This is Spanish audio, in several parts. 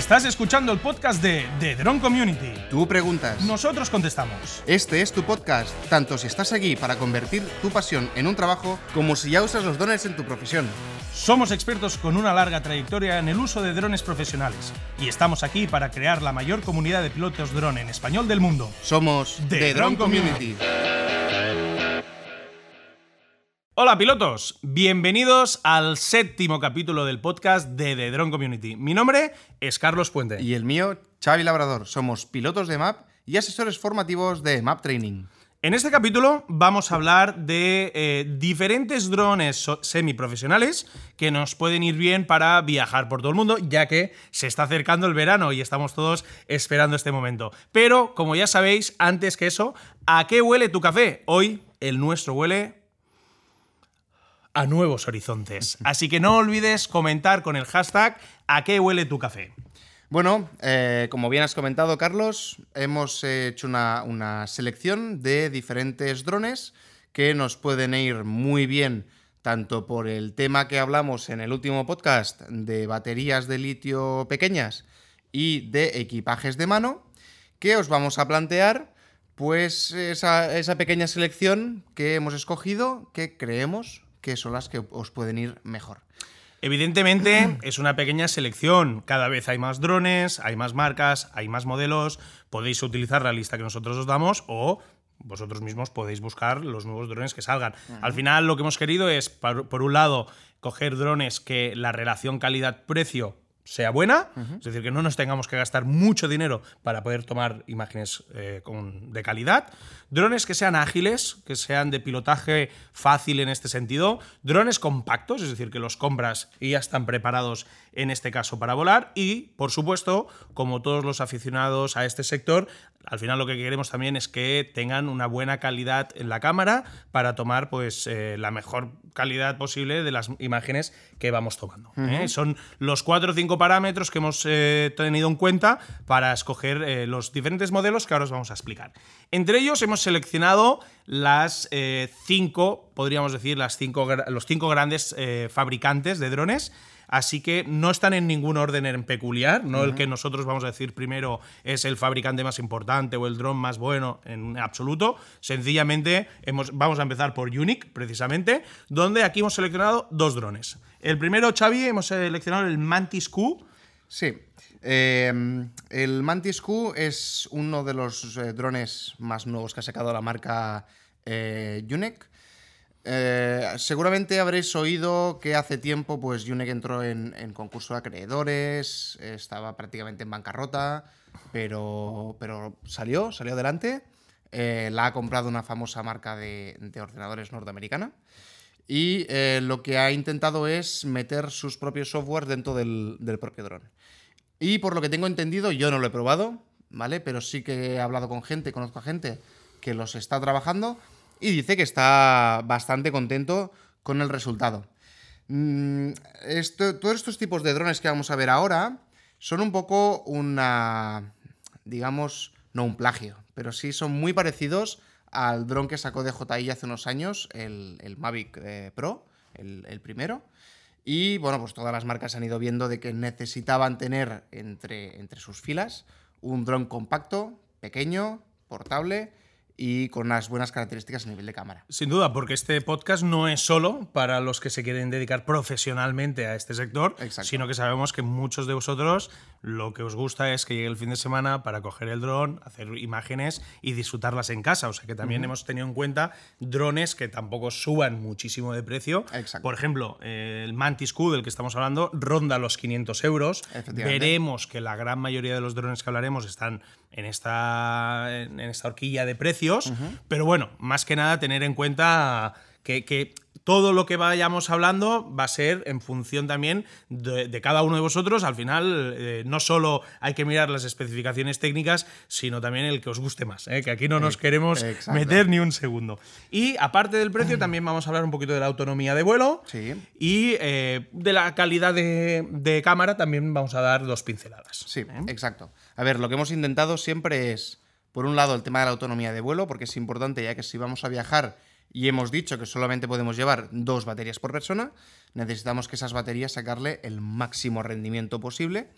Estás escuchando el podcast de The Drone Community. Tú preguntas. Nosotros contestamos. Este es tu podcast, tanto si estás aquí para convertir tu pasión en un trabajo, como si ya usas los drones en tu profesión. Somos expertos con una larga trayectoria en el uso de drones profesionales y estamos aquí para crear la mayor comunidad de pilotos drone en español del mundo. Somos The Drone Community. Hola pilotos, bienvenidos al 7º capítulo del podcast de The Drone Community. Mi nombre es Carlos Puente. Y el mío, Xavi Labrador. Somos pilotos de MAP y asesores formativos de MAP Training. En este capítulo vamos a hablar de diferentes drones semiprofesionales que nos pueden ir bien para viajar por todo el mundo, ya que se está acercando el verano y estamos todos esperando este momento. Pero, como ya sabéis, antes que eso, ¿a qué huele tu café? Hoy el nuestro huele a nuevos horizontes. Así que no olvides comentar con el hashtag ¿a qué huele tu café? Bueno, como bien has comentado, Carlos, hemos hecho una selección de diferentes drones que nos pueden ir muy bien, tanto por el tema que hablamos en el último podcast de baterías de litio pequeñas y de equipajes de mano, que os vamos a plantear pues esa pequeña selección que hemos escogido, que creemos que son las que os pueden ir mejor. Evidentemente es una pequeña selección, cada vez hay más drones, hay más marcas, hay más modelos, podéis utilizar la lista que nosotros os damos o vosotros mismos podéis buscar los nuevos drones que salgan. Al final lo que hemos querido es, por un lado, coger drones que la relación calidad-precio sea buena, es decir, que no nos tengamos que gastar mucho dinero para poder tomar imágenes de calidad, drones que sean ágiles, que sean de pilotaje fácil en este sentido, drones compactos, es decir, que los compras y ya están preparados en este caso para volar y, por supuesto, como todos los aficionados a este sector, al final lo que queremos también es que tengan una buena calidad en la cámara para tomar pues la mejor calidad posible de las imágenes que vamos tomando. Son los 4 o 5 parámetros que hemos tenido en cuenta para escoger los diferentes modelos que ahora os vamos a explicar. Entre ellos hemos seleccionado las 5, podríamos decir, los 5 grandes fabricantes de drones. Así que no están en ningún orden en peculiar, no el que nosotros vamos a decir primero es el fabricante más importante o el dron más bueno en absoluto. Sencillamente vamos a empezar por Yuneec, precisamente, donde aquí hemos seleccionado 2 drones. El primero, Xavi, hemos seleccionado el Mantis Q. Sí, el Mantis Q es uno de los drones más nuevos que ha sacado la marca Yuneec. Seguramente habréis oído que hace tiempo pues Yuneec entró en concurso de acreedores, estaba prácticamente en bancarrota, pero salió adelante. La ha comprado una famosa marca de ordenadores norteamericana y lo que ha intentado es meter sus propios software dentro del propio dron. Y por lo que tengo entendido, yo no lo he probado, ¿vale? Pero sí que he hablado con gente, conozco a gente que los está trabajando y dice que está bastante contento con el resultado. Todos estos tipos de drones que vamos a ver ahora son un poco digamos, no un plagio, pero sí son muy parecidos al dron que sacó DJI hace unos años, el Mavic Pro, el primero. Y bueno, pues todas las marcas han ido viendo de que necesitaban tener entre sus filas un dron compacto, pequeño, portable y con unas buenas características a nivel de cámara. Sin duda, porque este podcast no es solo para los que se quieren dedicar profesionalmente a este sector, Exacto. Sino que sabemos que muchos de vosotros lo que os gusta es que llegue el fin de semana para coger el dron, hacer imágenes y disfrutarlas en casa. O sea que también hemos tenido en cuenta drones que tampoco suban muchísimo de precio. Exacto. Por ejemplo, el Mantis Q del que estamos hablando ronda los 500 euros. Veremos que la gran mayoría de los drones que hablaremos están en esta horquilla de precios, pero bueno, más que nada tener en cuenta que todo lo que vayamos hablando va a ser en función también de cada uno de vosotros. Al final, no solo hay que mirar las especificaciones técnicas, sino también el que os guste más, que aquí no nos queremos meter ni un segundo. Y aparte del precio, también vamos a hablar un poquito de la autonomía de vuelo. Sí. Y de la calidad de cámara también vamos a dar 2 pinceladas. Sí, exacto. A ver, lo que hemos intentado siempre es, por un lado, el tema de la autonomía de vuelo, porque es importante, ya que si vamos a viajar y hemos dicho que solamente podemos llevar 2 baterías por persona, necesitamos que esas baterías sacarle el máximo rendimiento posible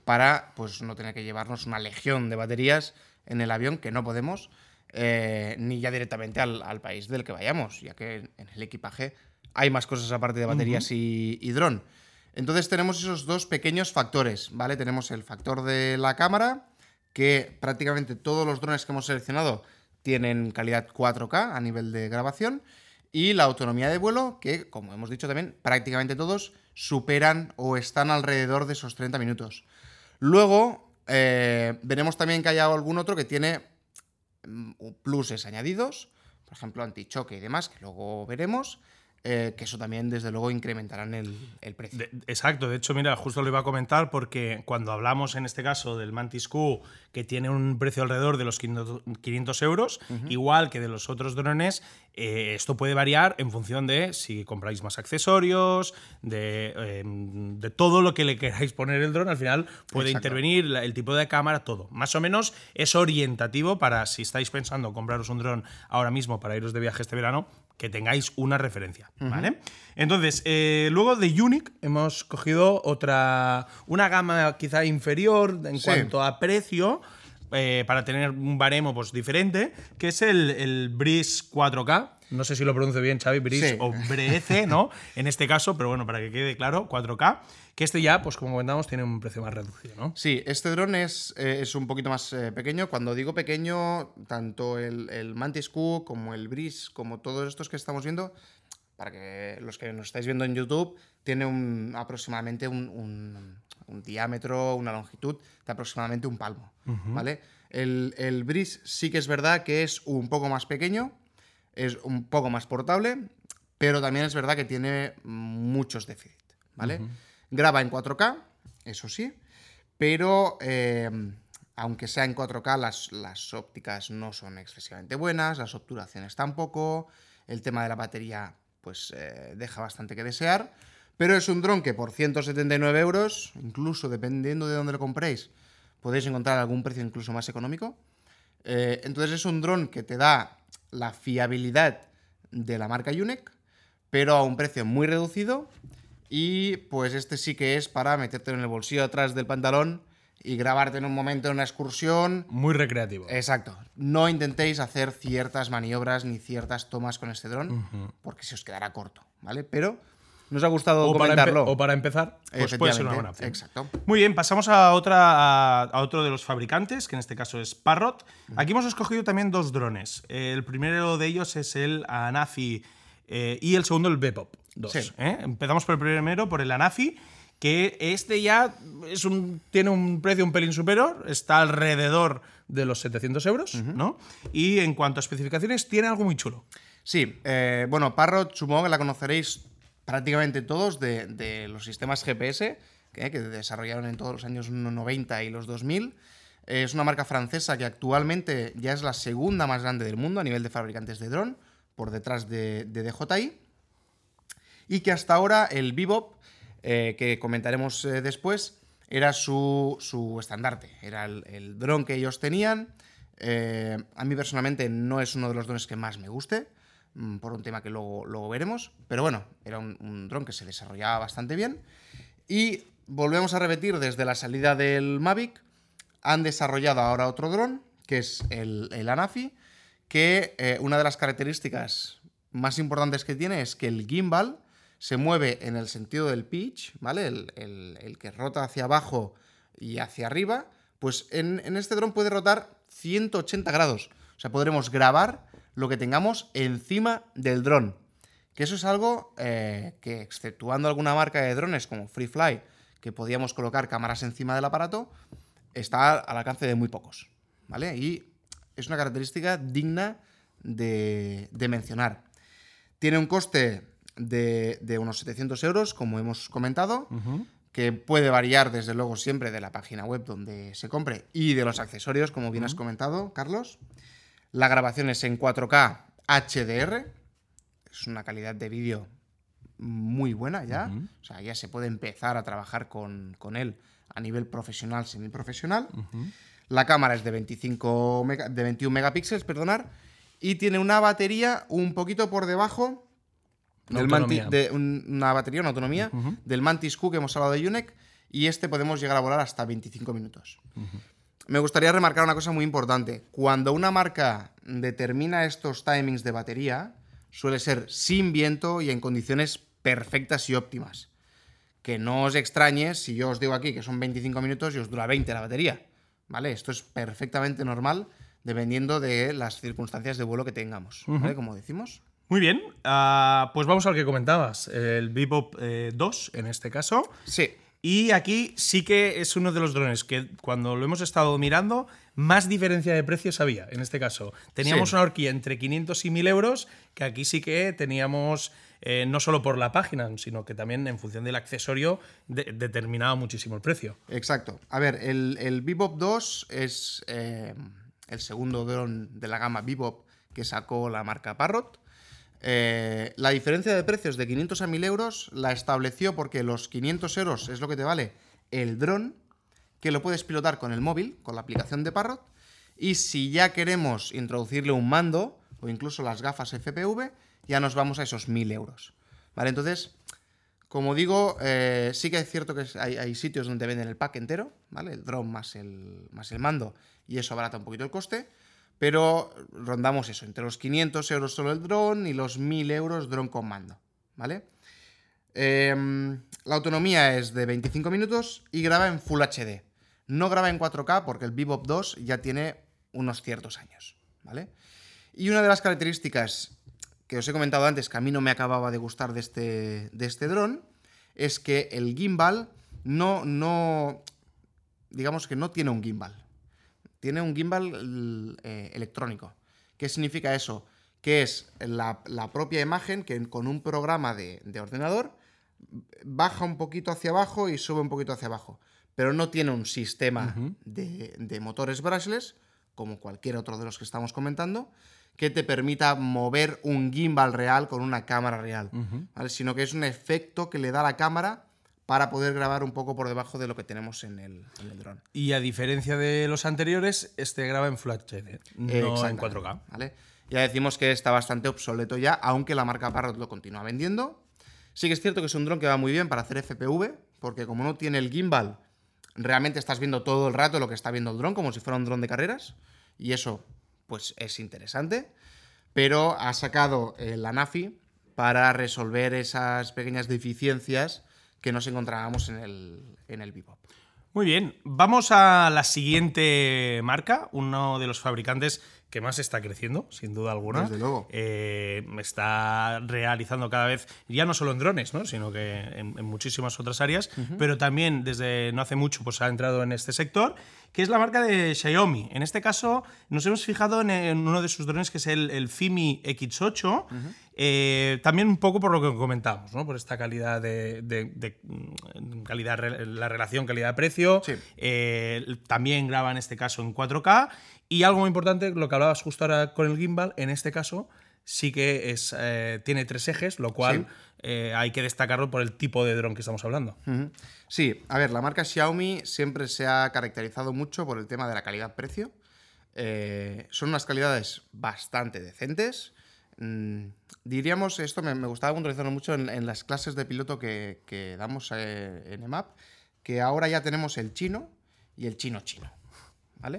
para pues, no tener que llevarnos una legión de baterías en el avión, que no podemos, ni ya directamente al país del que vayamos, ya que en el equipaje hay más cosas aparte de baterías y dron. Entonces tenemos esos dos pequeños factores, ¿vale? Tenemos el factor de la cámara, que prácticamente todos los drones que hemos seleccionado tienen calidad 4K a nivel de grabación, y la autonomía de vuelo, que, como hemos dicho también, prácticamente todos superan o están alrededor de esos 30 minutos. Luego, veremos también que hay algún otro que tiene pluses añadidos, por ejemplo, antichoque y demás, que luego veremos. Que eso también, desde luego, incrementarán el precio. Exacto, de hecho, mira, justo lo iba a comentar porque cuando hablamos en este caso del Mantis Q, que tiene un precio alrededor de los 500 euros, igual que de los otros drones, esto puede variar en función de si compráis más accesorios, de todo lo que le queráis poner el dron. Al final puede intervenir el tipo de cámara, todo. Más o menos es orientativo para si estáis pensando compraros un dron ahora mismo para iros de viaje este verano, que tengáis una referencia, ¿vale? Entonces, luego de Unique hemos cogido una gama quizá inferior en cuanto a precio, para tener un baremo pues, diferente, que es el Breeze 4K. No sé si lo pronuncio bien, Xavi, Breeze o Breeze, ¿no? En este caso, pero bueno, para que quede claro, 4K. Que este ya, pues como comentamos, tiene un precio más reducido, ¿no? Sí, este dron es un poquito más pequeño. Cuando digo pequeño, tanto el Mantis Q como el Breeze, como todos estos que estamos viendo, para que los que nos estáis viendo en YouTube, tiene aproximadamente un diámetro, una longitud de aproximadamente un palmo, ¿vale? El Breeze sí que es verdad que es un poco más pequeño, es un poco más portable, pero también es verdad que tiene muchos déficits, ¿vale? Graba en 4K, eso sí, pero aunque sea en 4K, las ópticas no son excesivamente buenas, las obturaciones tampoco, el tema de la batería pues deja bastante que desear, pero es un dron que por 179 euros, incluso dependiendo de dónde lo compréis, podéis encontrar algún precio incluso más económico. Entonces es un dron que te da la fiabilidad de la marca Unique, pero a un precio muy reducido. Y pues este sí que es para meterte en el bolsillo atrás del pantalón y grabarte en un momento en una excursión. Muy recreativo. Exacto. No intentéis hacer ciertas maniobras ni ciertas tomas con este dron, porque se os quedará corto, ¿vale? Pero nos ha gustado comentarlo. O para empezar, pues puede ser una buena opción. Exacto. Muy bien, pasamos a otro de los fabricantes, que en este caso es Parrot. Aquí hemos escogido también dos drones. El primero de ellos es el Anafi y el segundo el Bebop. Sí. Empezamos por el primero, por el Anafi, que este ya tiene un precio un pelín superior, está alrededor de los 700 euros, ¿no? Y en cuanto a especificaciones, tiene algo muy chulo. Sí, bueno, Parrot supongo que la conoceréis prácticamente todos de los sistemas GPS que desarrollaron en todos los años 90 y los 2000. Es una marca francesa que actualmente ya es la segunda más grande del mundo a nivel de fabricantes de dron, por detrás de DJI. Y que hasta ahora el Bebop, que comentaremos después, era su estandarte, era el dron que ellos tenían. A mí personalmente no es uno de los drones que más me guste, por un tema que luego veremos, pero bueno, era un dron que se desarrollaba bastante bien. Y volvemos a repetir, desde la salida del Mavic, han desarrollado ahora otro dron, que es el Anafi, que una de las características más importantes que tiene es que el gimbal se mueve en el sentido del pitch, ¿vale? El que rota hacia abajo y hacia arriba, pues en este dron puede rotar 180 grados. O sea, podremos grabar lo que tengamos encima del dron. Que eso es algo que, exceptuando alguna marca de drones como FreeFly, que podíamos colocar cámaras encima del aparato, está al alcance de muy pocos, ¿vale? Y es una característica digna de mencionar. Tiene un coste de unos 700 euros, como hemos comentado, que puede variar, desde luego, siempre de la página web donde se compre y de los accesorios, como bien has comentado, Carlos. La grabación es en 4K HDR. Es una calidad de vídeo muy buena ya. O sea, ya se puede empezar a trabajar con él a nivel profesional, semiprofesional. La cámara es de 21 megapíxeles, y tiene una batería un poquito por debajo una autonomía del Mantis Q que hemos hablado de Unique, y este podemos llegar a volar hasta 25 minutos. Me gustaría remarcar una cosa muy importante. Cuando una marca determina estos timings de batería, suele ser sin viento y en condiciones perfectas y óptimas. Que no os extrañe si yo os digo aquí que son 25 minutos y os dura 20 la batería, ¿vale? Esto es perfectamente normal dependiendo de las circunstancias de vuelo que tengamos, ¿vale? Como decimos. Muy bien, pues vamos al que comentabas, el Bebop 2 en este caso. Sí. Y aquí sí que es uno de los drones que cuando lo hemos estado mirando, más diferencia de precios había. En este caso, teníamos una horquilla entre 500 y 1000 euros, que aquí sí que teníamos, no solo por la página, sino que también en función del accesorio determinaba muchísimo el precio. Exacto. A ver, el Bebop 2 es el segundo dron de la gama Bebop que sacó la marca Parrot. La diferencia de precios de 500 a 1000 euros la estableció porque los 500 euros es lo que te vale el dron, que lo puedes pilotar con el móvil, con la aplicación de Parrot, y si ya queremos introducirle un mando o incluso las gafas FPV, ya nos vamos a esos 1000 euros. ¿Vale? Entonces, como digo, sí que es cierto que hay sitios donde venden el pack entero, ¿vale? El dron más el mando, y eso abarata un poquito el coste. Pero rondamos eso, entre los 500 euros solo el dron y los 1000 euros dron con mando, ¿vale? La autonomía es de 25 minutos y graba en Full HD. No graba en 4K porque el Bebop 2 ya tiene unos ciertos años, ¿vale? Y una de las características que os he comentado antes, que a mí no me acababa de gustar de este dron, es que el gimbal digamos que no tiene un gimbal. Tiene un gimbal electrónico. ¿Qué significa eso? Que es la propia imagen que con un programa de ordenador baja un poquito hacia abajo y sube un poquito hacia abajo. Pero no tiene un sistema de motores brushless, como cualquier otro de los que estamos comentando, que te permita mover un gimbal real con una cámara real, ¿vale? Sino que es un efecto que le da la cámara para poder grabar un poco por debajo de lo que tenemos en el dron. Y a diferencia de los anteriores, este graba en Full HD, no en 4K. ¿Vale? Ya decimos que está bastante obsoleto ya, aunque la marca Parrot lo continúa vendiendo. Sí que es cierto que es un dron que va muy bien para hacer FPV, porque como no tiene el gimbal, realmente estás viendo todo el rato lo que está viendo el dron, como si fuera un dron de carreras, y eso pues es interesante. Pero ha sacado la NAFI para resolver esas pequeñas deficiencias que nos encontrábamos en el Bebop. Muy bien, vamos a la siguiente marca, uno de los fabricantes que más está creciendo, sin duda alguna. Desde luego. Está realizando cada vez, ya no solo en drones, ¿no? Sino que en muchísimas otras áreas, pero también desde no hace mucho pues, ha entrado en este sector, que es la marca de Xiaomi. En este caso nos hemos fijado en uno de sus drones, que es el Fimi X8, también un poco por lo que comentábamos, ¿no? Por esta calidad calidad, la relación calidad-precio. Sí. También graba en este caso en 4K. Y algo muy importante, lo que hablabas justo ahora con el gimbal, en este caso sí que tiene 3 ejes, lo cual hay que destacarlo por el tipo de dron que estamos hablando. Sí, a ver, la marca Xiaomi siempre se ha caracterizado mucho por el tema de la calidad-precio. Son unas calidades bastante decentes. Diríamos, esto me gustaba puntualizarlo mucho en las clases de piloto que damos en EMAP, que ahora ya tenemos el chino y el chino-chino, ¿vale?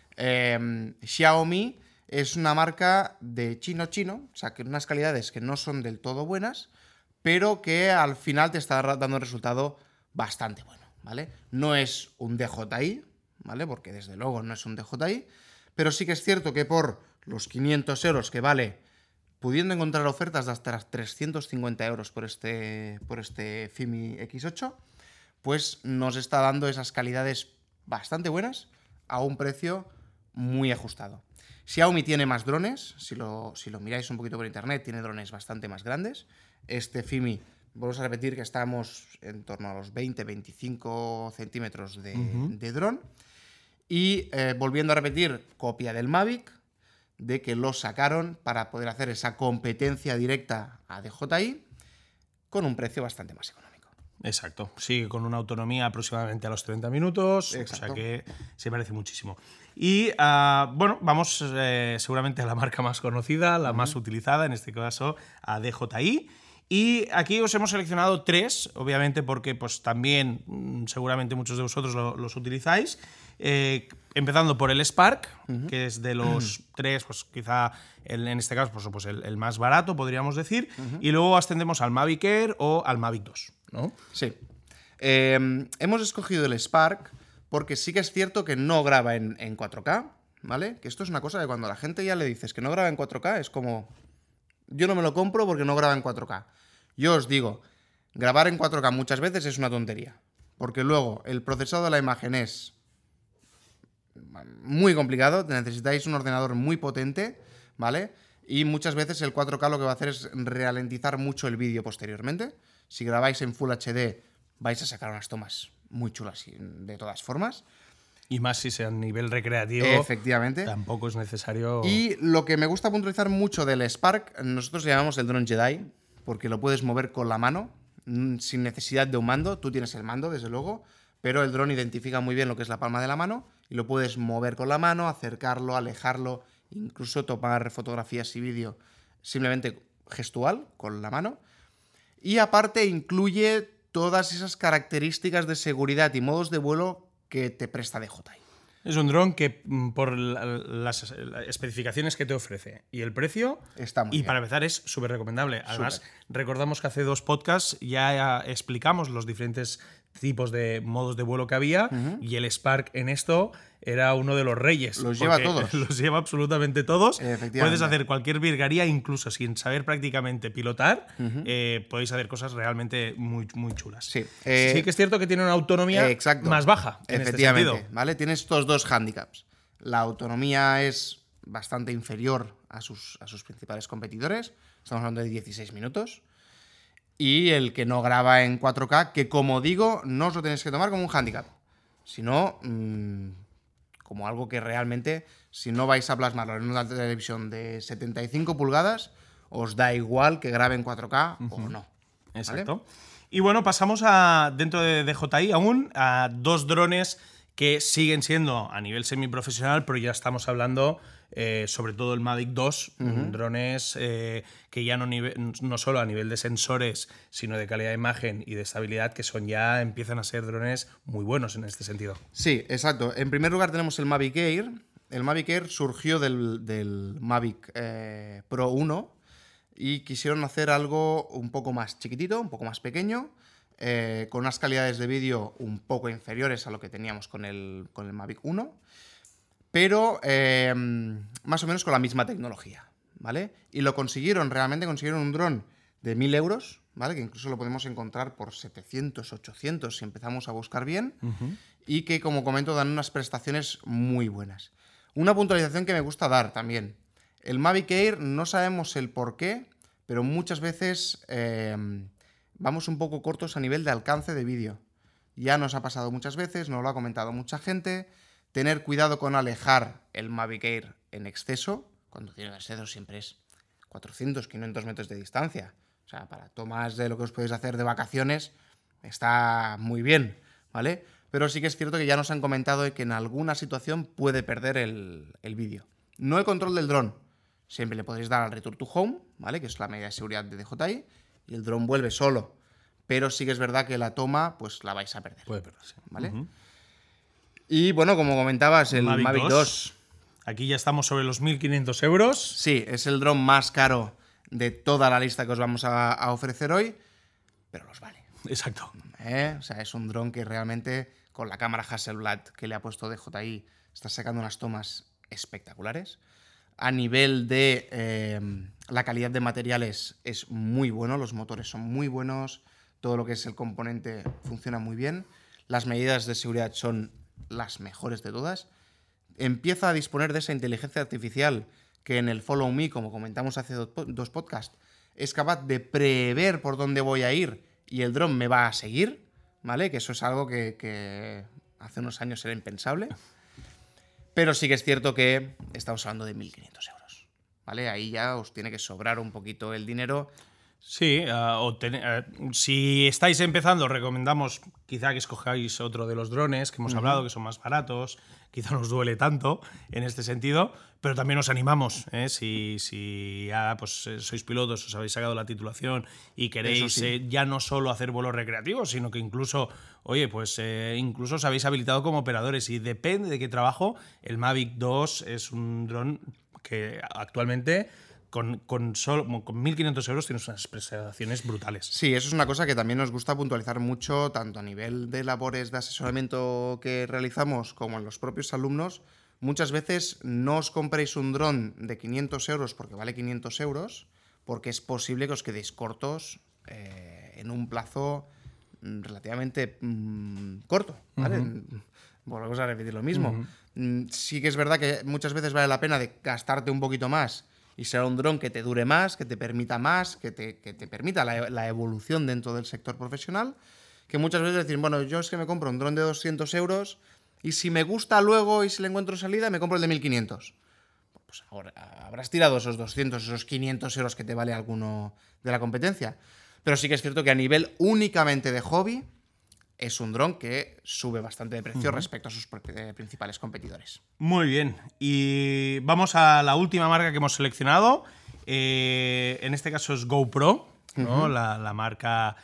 Xiaomi es una marca de chino-chino, o sea, que unas calidades que no son del todo buenas, pero que al final te está dando un resultado bastante bueno, ¿vale? No es un DJI, ¿vale? Porque desde luego no es un DJI, pero sí que es cierto que por los 500 euros que vale, pudiendo encontrar ofertas de hasta 350 euros por este Fimi X8, pues nos está dando esas calidades bastante buenas a un precio muy ajustado. Xiaomi tiene más drones, si lo miráis un poquito por internet, tiene drones bastante más grandes. Este Fimi, vamos a repetir que estamos en torno a los 20-25 centímetros de dron. Y volviendo a repetir, copia del Mavic, de que lo sacaron para poder hacer esa competencia directa a DJI con un precio bastante más económico. Exacto, sigue con una autonomía aproximadamente a los 30 minutos, Exacto. O sea que se parece muchísimo. Y bueno, vamos seguramente a la marca más conocida, la más utilizada, en este caso a DJI. Y aquí os hemos seleccionado 3, obviamente porque pues también seguramente muchos de vosotros los utilizáis. Empezando por el Spark, que es de los 3, pues quizá en este caso pues el más barato, podríamos decir. Y luego ascendemos al Mavic Air o al Mavic 2, ¿no? Sí. Hemos escogido el Spark porque sí que es cierto que no graba en 4K, ¿vale? Que esto es una cosa que cuando a la gente ya le dices que no graba en 4K es como... Yo no me lo compro porque no graba en 4K. Yo os digo, grabar en 4K muchas veces es una tontería. Porque luego el procesado de la imagen es muy complicado, necesitáis un ordenador muy potente, ¿vale? Y muchas veces el 4K lo que va a hacer es ralentizar mucho el vídeo posteriormente. Si grabáis en Full HD vais a sacar unas tomas muy chulas de todas formas. Y más si sea a nivel recreativo. Efectivamente. Tampoco es necesario... Y lo que me gusta puntualizar mucho del Spark, nosotros le llamamos el dron Jedi, porque lo puedes mover con la mano, sin necesidad de un mando. Tú tienes el mando, desde luego, pero el dron identifica muy bien lo que es la palma de la mano y lo puedes mover con la mano, acercarlo, alejarlo, incluso tomar fotografías y vídeo simplemente gestual, con la mano. Y aparte incluye todas esas características de seguridad y modos de vuelo que te presta DJI. Es un dron que, por las especificaciones que te ofrece y el precio, está muy bien. Para empezar es súper recomendable. Además, recordamos que hace 2 podcasts ya explicamos los diferentes tipos de modos de vuelo que había y el Spark en esto era uno de los reyes. Los lleva todos. Los lleva absolutamente todos. Puedes hacer cualquier virguería, incluso sin saber prácticamente pilotar, podéis hacer cosas realmente muy, muy chulas. Sí. Sí que es cierto que tiene una autonomía más baja en este sentido. ¿Vale? Tienes estos 2 hándicaps. La autonomía es bastante inferior a sus principales competidores. Estamos hablando de 16 minutos. Y el que no graba en 4K, que como digo, no os lo tenéis que tomar como un hándicap, sino como algo que realmente, si no vais a plasmarlo en una televisión de 75 pulgadas, os da igual que grabe en 4K o no. Exacto. ¿Vale? Y bueno, pasamos dentro de DJI aún a 2 drones que siguen siendo a nivel semiprofesional, pero ya estamos hablando sobre todo el Mavic 2, drones que ya no solo a nivel de sensores, sino de calidad de imagen y de estabilidad, que empiezan a ser drones muy buenos en este sentido. Sí, exacto. En primer lugar tenemos el Mavic Air. El Mavic Air surgió del Mavic Pro 1 y quisieron hacer algo un poco más chiquitito, un poco más pequeño, con unas calidades de vídeo un poco inferiores a lo que teníamos con el Mavic 1, pero más o menos con la misma tecnología, ¿vale? Y lo consiguieron, realmente consiguieron un dron de 1.000 euros, ¿vale? Que incluso lo podemos encontrar por 700, 800 si empezamos a buscar bien, y que, como comento, dan unas prestaciones muy buenas. Una puntualización que me gusta dar también. El Mavic Air no sabemos el por qué, pero muchas veces vamos un poco cortos a nivel de alcance de vídeo. Ya nos ha pasado muchas veces, nos lo ha comentado mucha gente. Tener cuidado con alejar el Mavic Air en exceso. Cuando tiene exceso siempre es 400, 500 metros de distancia. O sea, para tomas de lo que os podéis hacer de vacaciones está muy bien, ¿vale? Pero sí que es cierto que ya nos han comentado que en alguna situación puede perder el vídeo. No el control del dron. Siempre le podréis dar al Return to Home, ¿vale? Que es la medida de seguridad de DJI, y el dron vuelve solo. Pero sí que es verdad que la toma, pues la vais a perder. Puede perderse. ¿Vale? Y bueno, como comentabas, el Mavic 2. Aquí ya estamos sobre los 1.500 euros. Sí, es el dron más caro de toda la lista que os vamos a ofrecer hoy, pero los vale. Exacto. O sea, es un dron que realmente, con la cámara Hasselblad que le ha puesto DJI, está sacando unas tomas espectaculares. A nivel de la calidad de materiales es muy bueno, los motores son muy buenos, todo lo que es el componente funciona muy bien, las medidas de seguridad son las mejores de todas. Empieza a disponer de esa inteligencia artificial que en el Follow Me, como comentamos hace 2 podcasts, es capaz de prever por dónde voy a ir y el dron me va a seguir, ¿vale? Que eso es algo que hace unos años era impensable. Pero sí que es cierto que estamos hablando de 1.500 euros, ¿vale? Ahí ya os tiene que sobrar un poquito el dinero Sí, si estáis empezando, recomendamos quizá que escojáis otro de los drones que hemos hablado, que son más baratos, quizá no os duele tanto en este sentido, pero también os animamos, si ya pues, sois pilotos, os habéis sacado la titulación y queréis ya no solo hacer vuelos recreativos, sino que incluso, oye, pues incluso os habéis habilitado como operadores y depende de qué trabajo, el Mavic 2 es un dron que actualmente con 1.500 euros tienes unas prestaciones brutales. Sí, eso es una cosa que también nos gusta puntualizar mucho, tanto a nivel de labores de asesoramiento que realizamos como en los propios alumnos. Muchas veces no os compréis un dron de 500 euros porque vale 500 euros, porque es posible que os quedéis cortos en un plazo relativamente corto, ¿vale? Volvemos a repetir lo mismo. Sí que es verdad que muchas veces vale la pena de gastarte un poquito más y será un dron que te dure más, que te permita más, que te permita la evolución dentro del sector profesional, que muchas veces decir, bueno, yo es que me compro un dron de 200 euros y si me gusta luego y si le encuentro salida, me compro el de 1.500. Pues ahora habrás tirado esos 200, esos 500 euros que te vale alguno de la competencia. Pero sí que es cierto que a nivel únicamente de hobby, es un dron que sube bastante de precio respecto a sus principales competidores. Muy bien. Y vamos a la última marca que hemos seleccionado. En este caso es GoPro, ¿no? La marca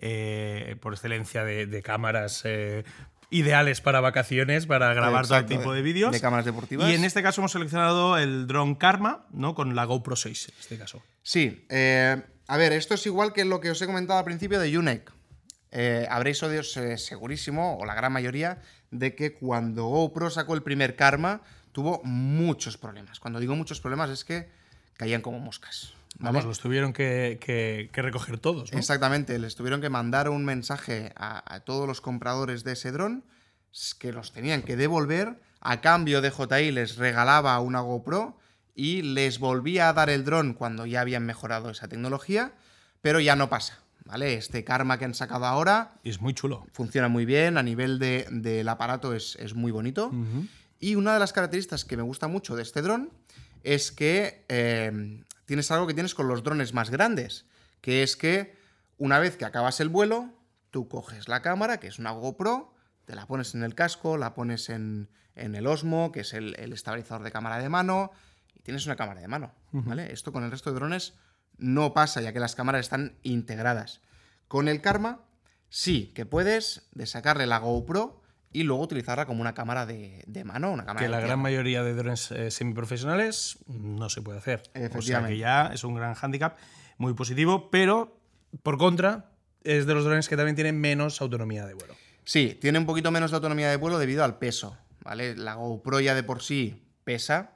por excelencia de cámaras ideales para vacaciones, para grabar todo tipo de vídeos. De cámaras deportivas. Y en este caso hemos seleccionado el dron Karma, ¿no? Con la GoPro 6, en este caso. Sí. A ver, esto es igual que lo que os he comentado al principio de Yuneec. Habréis oído segurísimo, o la gran mayoría, de que cuando GoPro sacó el primer Karma tuvo muchos problemas. Cuando digo muchos problemas es que caían como moscas. ¿Vale? Vamos, los tuvieron que recoger todos, ¿no? Exactamente, les tuvieron que mandar un mensaje a todos los compradores de ese dron que los tenían que devolver. A cambio de JI les regalaba una GoPro y les volvía a dar el dron cuando ya habían mejorado esa tecnología, pero ya no pasa. ¿Vale? Este Karma que han sacado ahora es muy chulo. Funciona muy bien, a nivel del aparato es muy bonito. Y una de las características que me gusta mucho de este dron es que tienes algo que tienes con los drones más grandes, que es que una vez que acabas el vuelo, tú coges la cámara, que es una GoPro, te la pones en el casco, la pones en el Osmo, que es el estabilizador de cámara de mano, y tienes una cámara de mano. ¿Vale? Esto con el resto de drones no pasa, ya que las cámaras están integradas. Con el Karma, sí que puedes sacarle la GoPro y luego utilizarla como una cámara de mano, una cámara que la gran mayoría de drones semiprofesionales no se puede hacer. O sea que ya es un gran hándicap muy positivo, pero por contra es de los drones que también tienen menos autonomía de vuelo. Sí, tiene un poquito menos de autonomía de vuelo debido al peso, ¿vale? La GoPro ya de por sí pesa.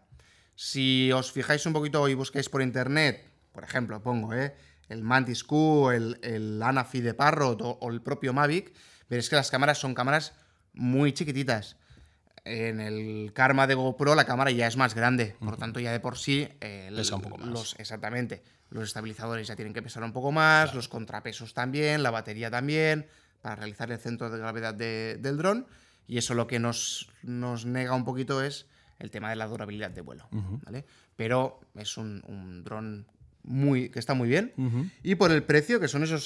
Si os fijáis un poquito y buscáis por internet, por ejemplo, pongo el Mantis Q, el Anafi de Parrot o el propio Mavic, veréis que las cámaras son cámaras muy chiquititas. En el Karma de GoPro la cámara ya es más grande, por lo tanto ya de por sí pesa un poco más. Exactamente. Los estabilizadores ya tienen que pesar un poco más, claro. Los contrapesos también, la batería también, para realizar el centro de gravedad del dron. Y eso lo que nos nega un poquito es el tema de la durabilidad de vuelo, ¿vale? Pero es un dron que está muy bien. Y por el precio, que son esos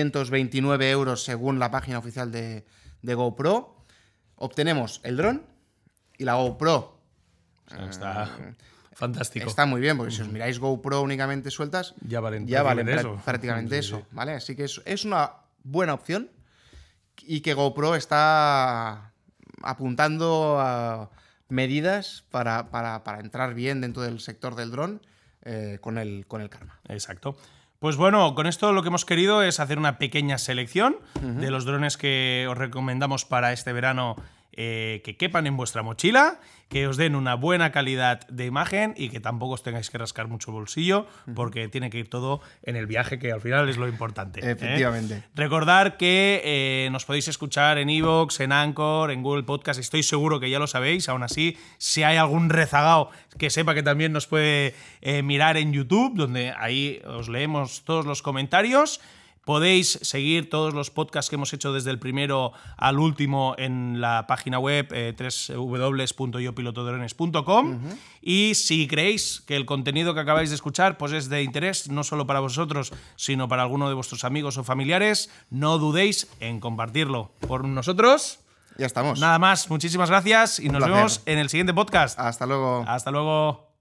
629 euros según la página oficial de GoPro, obtenemos el dron y la GoPro. O sea, está fantástico. Está muy bien, porque si os miráis GoPro únicamente sueltas, ya valen prácticamente eso. ¿Vale? Así que es una buena opción y que GoPro está apuntando a medidas para entrar bien dentro del sector del dron con el Karma. Exacto. Pues bueno, con esto lo que hemos querido es hacer una pequeña selección de los drones que os recomendamos para este verano, que quepan en vuestra mochila, que os den una buena calidad de imagen y que tampoco os tengáis que rascar mucho el bolsillo, porque tiene que ir todo en el viaje, que al final es lo importante. Efectivamente. Recordar que nos podéis escuchar en iVoox, en Anchor, en Google Podcast, estoy seguro que ya lo sabéis. Aún así, si hay algún rezagado que sepa que también nos puede mirar en YouTube, donde ahí os leemos todos los comentarios. Podéis seguir todos los podcasts que hemos hecho desde el primero al último en la página web www.yopilotodrones.com. Y si creéis que el contenido que acabáis de escuchar pues es de interés no solo para vosotros, sino para alguno de vuestros amigos o familiares, no dudéis en compartirlo. Por nosotros, ya estamos. Nada más, muchísimas gracias y nos vemos en el siguiente podcast. Hasta luego. Hasta luego.